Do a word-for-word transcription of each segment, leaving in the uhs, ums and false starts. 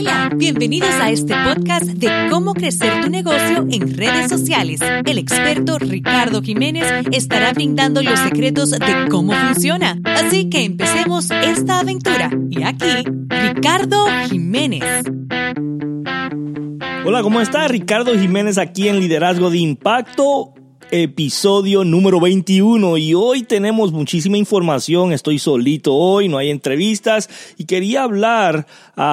Hola, bienvenidos a este podcast de cómo crecer tu negocio en redes sociales. El experto Ricardo Jiménez estará brindando los secretos de cómo funciona. Así que empecemos esta aventura. Y aquí, Ricardo Jiménez. Hola, ¿cómo está? Ricardo Jiménez aquí en Liderazgo de Impacto, episodio número veintiuno. Y hoy tenemos muchísima información. Estoy solito hoy, no hay entrevistas. Y quería hablar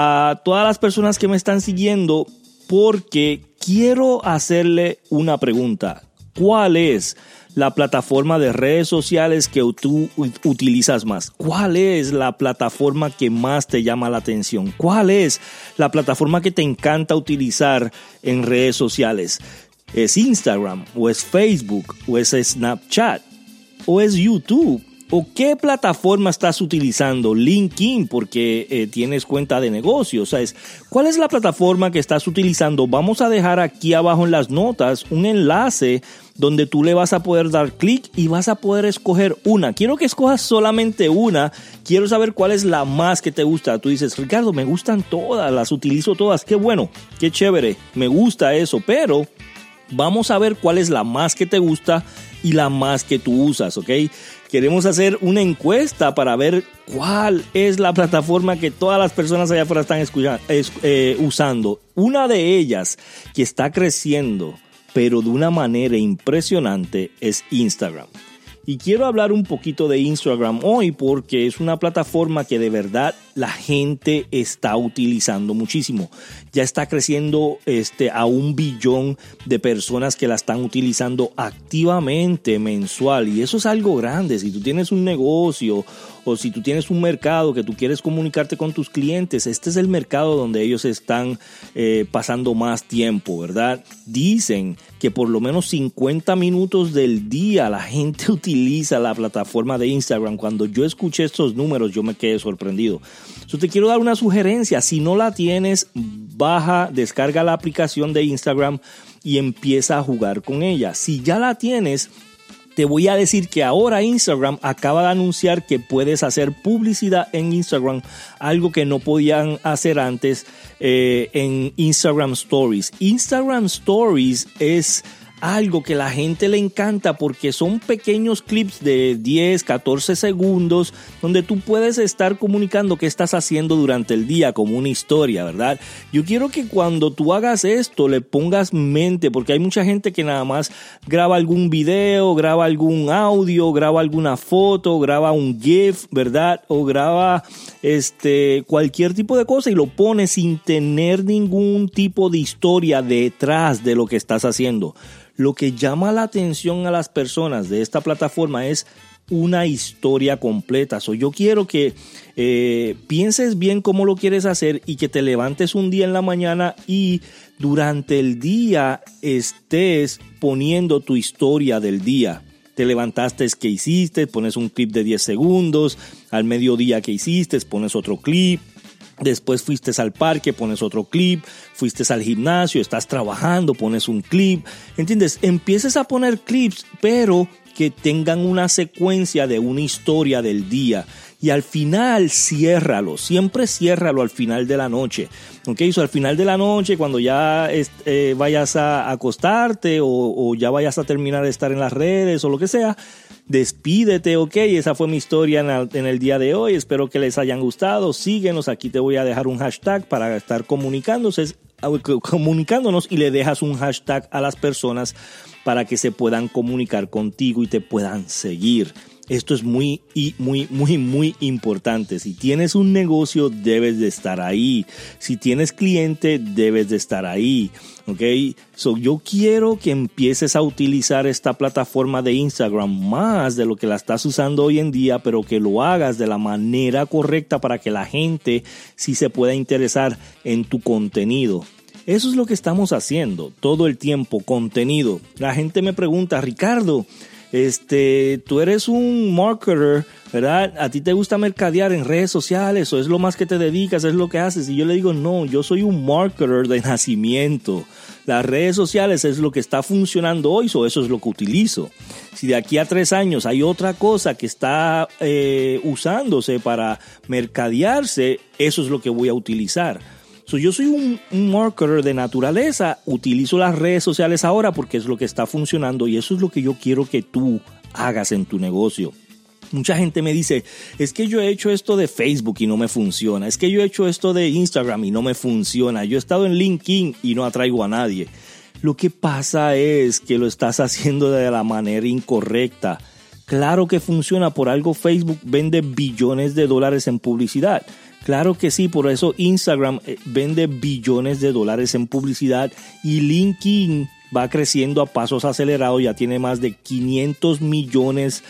a todas las personas que me están siguiendo porque quiero hacerle una pregunta. ¿Cuál es la plataforma de redes sociales que tú utilizas más? ¿Cuál es la plataforma que más te llama la atención? ¿Cuál es la plataforma que te encanta utilizar en redes sociales? ¿Es Instagram o es Facebook o es Snapchat o es YouTube? ¿O qué plataforma estás utilizando? LinkedIn, porque eh, tienes cuenta de negocio. ¿Sabes? ¿Cuál es la plataforma que estás utilizando? Vamos a dejar aquí abajo en las notas un enlace donde tú le vas a poder dar clic y vas a poder escoger una. Quiero que escojas solamente una. Quiero saber cuál es la más que te gusta. Tú dices, Ricardo, me gustan todas, las utilizo todas. Qué bueno, qué chévere, me gusta eso, pero vamos a ver cuál es la más que te gusta y la más que tú usas, ¿ok? Queremos hacer una encuesta para ver cuál es la plataforma que todas las personas allá afuera están escuchando, eh, usando. Una de ellas que está creciendo, pero de una manera impresionante, es Instagram. Y quiero hablar un poquito de Instagram hoy porque es una plataforma que de verdad la gente está utilizando muchísimo. Ya está creciendo este, a un billón de personas que la están utilizando activamente mensual. Y eso es algo grande. Si tú tienes un negocio o si tú tienes un mercado que tú quieres comunicarte con tus clientes, este es el mercado donde ellos están eh, pasando más tiempo, ¿verdad? Dicen que por lo menos cincuenta minutos del día la gente utiliza la plataforma de Instagram. Cuando yo escuché estos números, yo me quedé sorprendido. Yo te quiero dar una sugerencia. Si no la tienes, baja, descarga la aplicación de Instagram y empieza a jugar con ella. Si ya la tienes, te voy a decir que ahora Instagram acaba de anunciar que puedes hacer publicidad en Instagram, algo que no podían hacer antes eh, en Instagram Stories. Instagram Stories es algo que la gente le encanta porque son pequeños clips de diez, catorce segundos donde tú puedes estar comunicando qué estás haciendo durante el día como una historia, ¿verdad? Yo quiero que cuando tú hagas esto le pongas mente, porque hay mucha gente que nada más graba algún video, graba algún audio, graba alguna foto, graba un GIF, ¿verdad? O graba este cualquier tipo de cosa y lo pone sin tener ningún tipo de historia detrás de lo que estás haciendo. Lo que llama la atención a las personas de esta plataforma es una historia completa. So, yo quiero que eh, pienses bien cómo lo quieres hacer y que te levantes un día en la mañana y durante el día estés poniendo tu historia del día. Te levantaste, ¿qué hiciste? Pones un clip de diez segundos. Al mediodía, ¿qué hiciste? Pones otro clip. Después fuiste al parque, pones otro clip, fuiste al gimnasio, estás trabajando, pones un clip, ¿entiendes? Empieces a poner clips, pero que tengan una secuencia de una historia del día. Y al final, ciérralo, siempre ciérralo al final de la noche. ¿Ok? So, al final de la noche, cuando ya eh, vayas a acostarte o, o ya vayas a terminar de estar en las redes o lo que sea, despídete, ok, esa fue mi historia en el, en el día de hoy, espero que les hayan gustado, síguenos, aquí te voy a dejar un hashtag para estar comunicándose, comunicándonos y le dejas un hashtag a las personas para que se puedan comunicar contigo y te puedan seguir. Esto es muy, muy, muy, muy importante. Si tienes un negocio, debes de estar ahí. Si tienes cliente, debes de estar ahí. ¿Ok? So, yo quiero que empieces a utilizar esta plataforma de Instagram más de lo que la estás usando hoy en día, pero que lo hagas de la manera correcta para que la gente sí se pueda interesar en tu contenido. Eso es lo que estamos haciendo todo el tiempo, contenido. La gente me pregunta, Ricardo, Este, tú eres un marketer, ¿verdad? A ti te gusta mercadear en redes sociales o es lo más que te dedicas, es lo que haces. Y yo le digo, no, yo soy un marketer de nacimiento. Las redes sociales es lo que está funcionando hoy, so eso es lo que utilizo. Si de aquí a tres años hay otra cosa que está eh, usándose para mercadearse, eso es lo que voy a utilizar. So, yo soy un, un marketer de naturaleza, utilizo las redes sociales ahora porque es lo que está funcionando y eso es lo que yo quiero que tú hagas en tu negocio. Mucha gente me dice, es que yo he hecho esto de Facebook y no me funciona, es que yo he hecho esto de Instagram y no me funciona, yo he estado en LinkedIn y no atraigo a nadie. Lo que pasa es que lo estás haciendo de la manera incorrecta. Claro que funciona, por algo Facebook vende billones de dólares en publicidad. Claro que sí, por eso Instagram vende billones de dólares en publicidad y LinkedIn va creciendo a pasos acelerados, ya tiene más de quinientos millones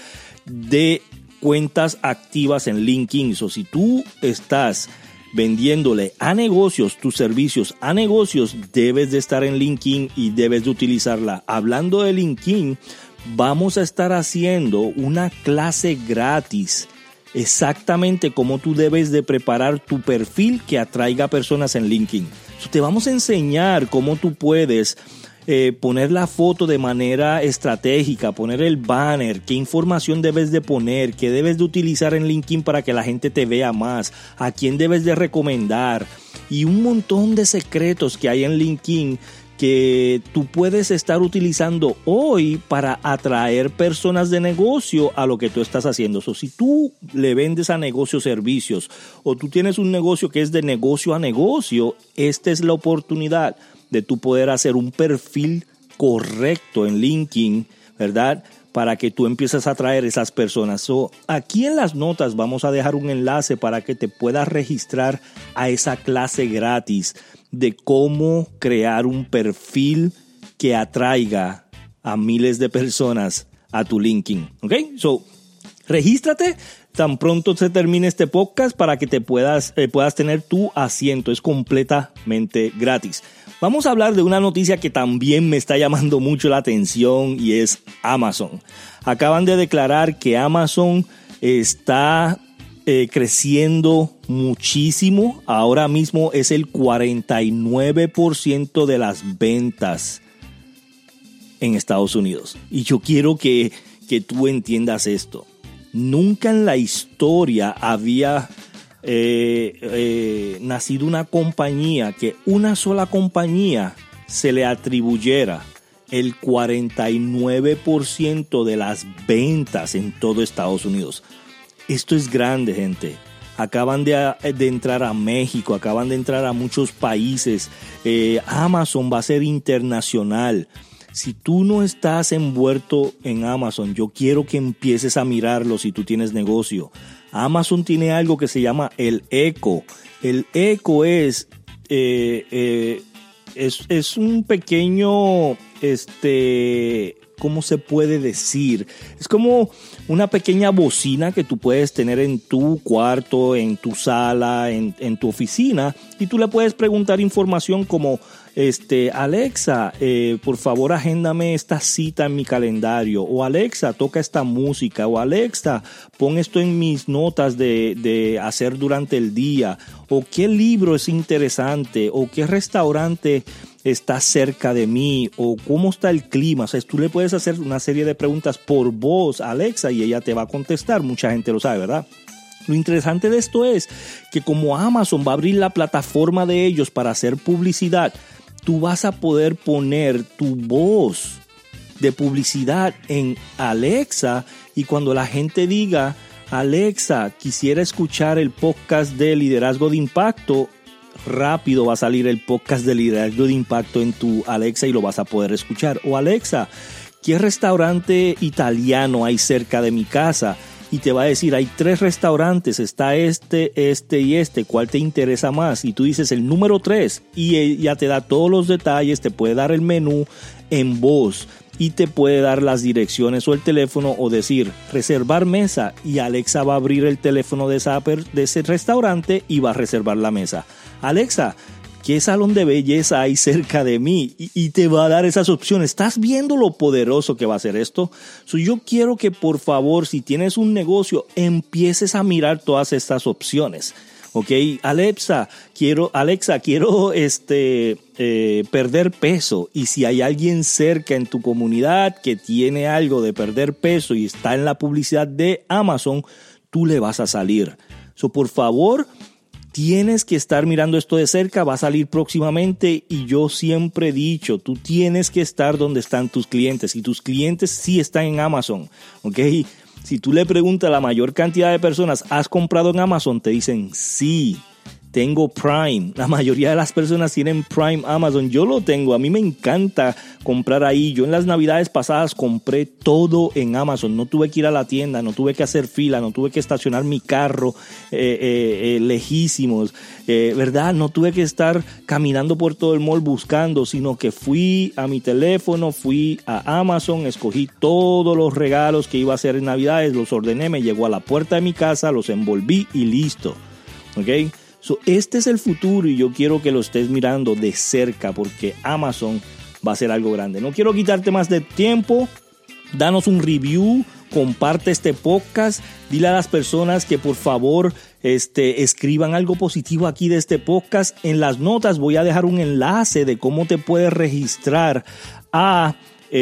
de cuentas activas en LinkedIn. So, si tú estás vendiéndole a negocios tus servicios a negocios, debes de estar en LinkedIn y debes de utilizarla. Hablando de LinkedIn, vamos a estar haciendo una clase gratis exactamente cómo tú debes de preparar tu perfil que atraiga personas en LinkedIn. So, te vamos a enseñar cómo tú puedes Eh, poner la foto de manera estratégica, poner el banner, qué información debes de poner, qué debes de utilizar en LinkedIn para que la gente te vea más, a quién debes de recomendar y un montón de secretos que hay en LinkedIn que tú puedes estar utilizando hoy para atraer personas de negocio a lo que tú estás haciendo. So, si tú le vendes a negocio servicios o tú tienes un negocio que es de negocio a negocio, esta es la oportunidad de tú poder hacer un perfil correcto en LinkedIn, ¿verdad? Para que tú empieces a atraer esas personas. So, aquí en las notas vamos a dejar un enlace para que te puedas registrar a esa clase gratis de cómo crear un perfil que atraiga a miles de personas a tu LinkedIn. ¿Ok? So, regístrate tan pronto se termine este podcast para que te puedas, eh, puedas tener tu asiento. Es completamente gratis. Vamos a hablar de una noticia que también me está llamando mucho la atención y es Amazon. Acaban de declarar que Amazon está eh, creciendo muchísimo. Ahora mismo es el cuarenta y nueve por ciento de las ventas en Estados Unidos. Y yo quiero que, que tú entiendas esto. Nunca en la historia había eh, eh, nacido una compañía que una sola compañía se le atribuyera el cuarenta y nueve por ciento de las ventas en todo Estados Unidos. Esto es grande, gente. Acaban de, de entrar a México, acaban de entrar a muchos países. Eh, Amazon va a ser internacional. Si tú no estás envuelto en Amazon, yo quiero que empieces a mirarlo si tú tienes negocio. Amazon tiene algo que se llama el Echo. El Echo es, eh, eh, es, es un pequeño, este, ¿cómo se puede decir? Es como una pequeña bocina que tú puedes tener en tu cuarto, en tu sala, en, en tu oficina, y tú le puedes preguntar información como, este, Alexa, eh, por favor agéndame esta cita en mi calendario, o Alexa, toca esta música, o Alexa, pon esto en mis notas de, de hacer durante el día, o qué libro es interesante, o qué restaurante está cerca de mí, o cómo está el clima. O sea, tú le puedes hacer una serie de preguntas por voz a Alexa y ella te va a contestar. Mucha gente lo sabe, ¿verdad? Lo interesante de esto es que como Amazon va a abrir la plataforma de ellos para hacer publicidad, tú vas a poder poner tu voz de publicidad en Alexa y cuando la gente diga, Alexa, quisiera escuchar el podcast de Liderazgo de Impacto, rápido va a salir el podcast de Liderazgo de Impacto en tu Alexa y lo vas a poder escuchar. O Alexa, ¿qué restaurante italiano hay cerca de mi casa? Y te va a decir, hay tres restaurantes, está este, este y este, ¿cuál te interesa más? Y tú dices el número tres y ya te da todos los detalles, te puede dar el menú en voz y te puede dar las direcciones o el teléfono o decir reservar mesa y Alexa va a abrir el teléfono de, esa, de ese restaurante y va a reservar la mesa. Alexa, ¿qué salón de belleza hay cerca de mí? Y, y te va a dar esas opciones. ¿Estás viendo lo poderoso que va a hacer esto? So, yo quiero que por favor, si tienes un negocio, empieces a mirar todas estas opciones. Ok, Alexa, quiero, Alexa, quiero este, eh, perder peso. Y si hay alguien cerca en tu comunidad que tiene algo de perder peso y está en la publicidad de Amazon, tú le vas a salir. So, por favor, tienes que estar mirando esto de cerca, va a salir próximamente y yo siempre he dicho, tú tienes que estar donde están tus clientes y tus clientes sí están en Amazon, ¿ok? Si tú le preguntas a la mayor cantidad de personas, ¿has comprado en Amazon? Te dicen, sí, tengo Prime. La mayoría de las personas tienen Prime Amazon. Yo lo tengo. A mí me encanta comprar ahí. Yo en las navidades pasadas compré todo en Amazon. No tuve que ir a la tienda, no tuve que hacer fila, no tuve que estacionar mi carro eh, eh, eh, lejísimos. Eh, ¿Verdad? No tuve que estar caminando por todo el mall buscando, sino que fui a mi teléfono, fui a Amazon, escogí todos los regalos que iba a hacer en navidades, los ordené, me llegó a la puerta de mi casa, los envolví y listo. ¿Ok? So, este es el futuro y yo quiero que lo estés mirando de cerca porque Amazon va a ser algo grande. No quiero quitarte más de tiempo. Danos un review, comparte este podcast, dile a las personas que por favor este, escriban algo positivo aquí de este podcast. En las notas voy a dejar un enlace de cómo te puedes registrar a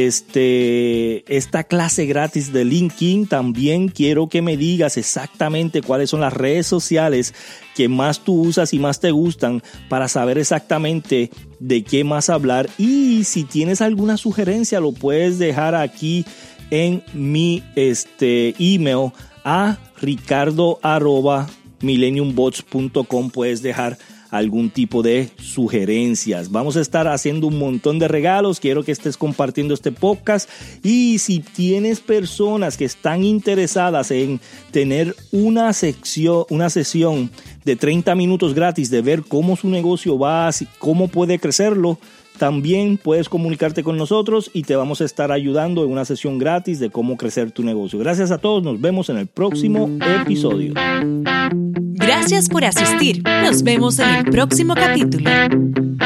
Este, esta clase gratis de LinkedIn. También quiero que me digas exactamente cuáles son las redes sociales que más tú usas y más te gustan para saber exactamente de qué más hablar. Y si tienes alguna sugerencia, lo puedes dejar aquí en mi este, email a ricardo arroba millennium bots punto com. Puedes dejar algún tipo de sugerencias. Vamos a estar haciendo un montón de regalos. Quiero que estés compartiendo este podcast. Y si tienes personas que están interesadas en tener una sección, una sesión de treinta minutos gratis de ver cómo su negocio va, cómo puede crecerlo, también puedes comunicarte con nosotros y te vamos a estar ayudando en una sesión gratis de cómo crecer tu negocio. Gracias a todos. Nos vemos en el próximo episodio. Gracias por asistir. Nos vemos en el próximo capítulo.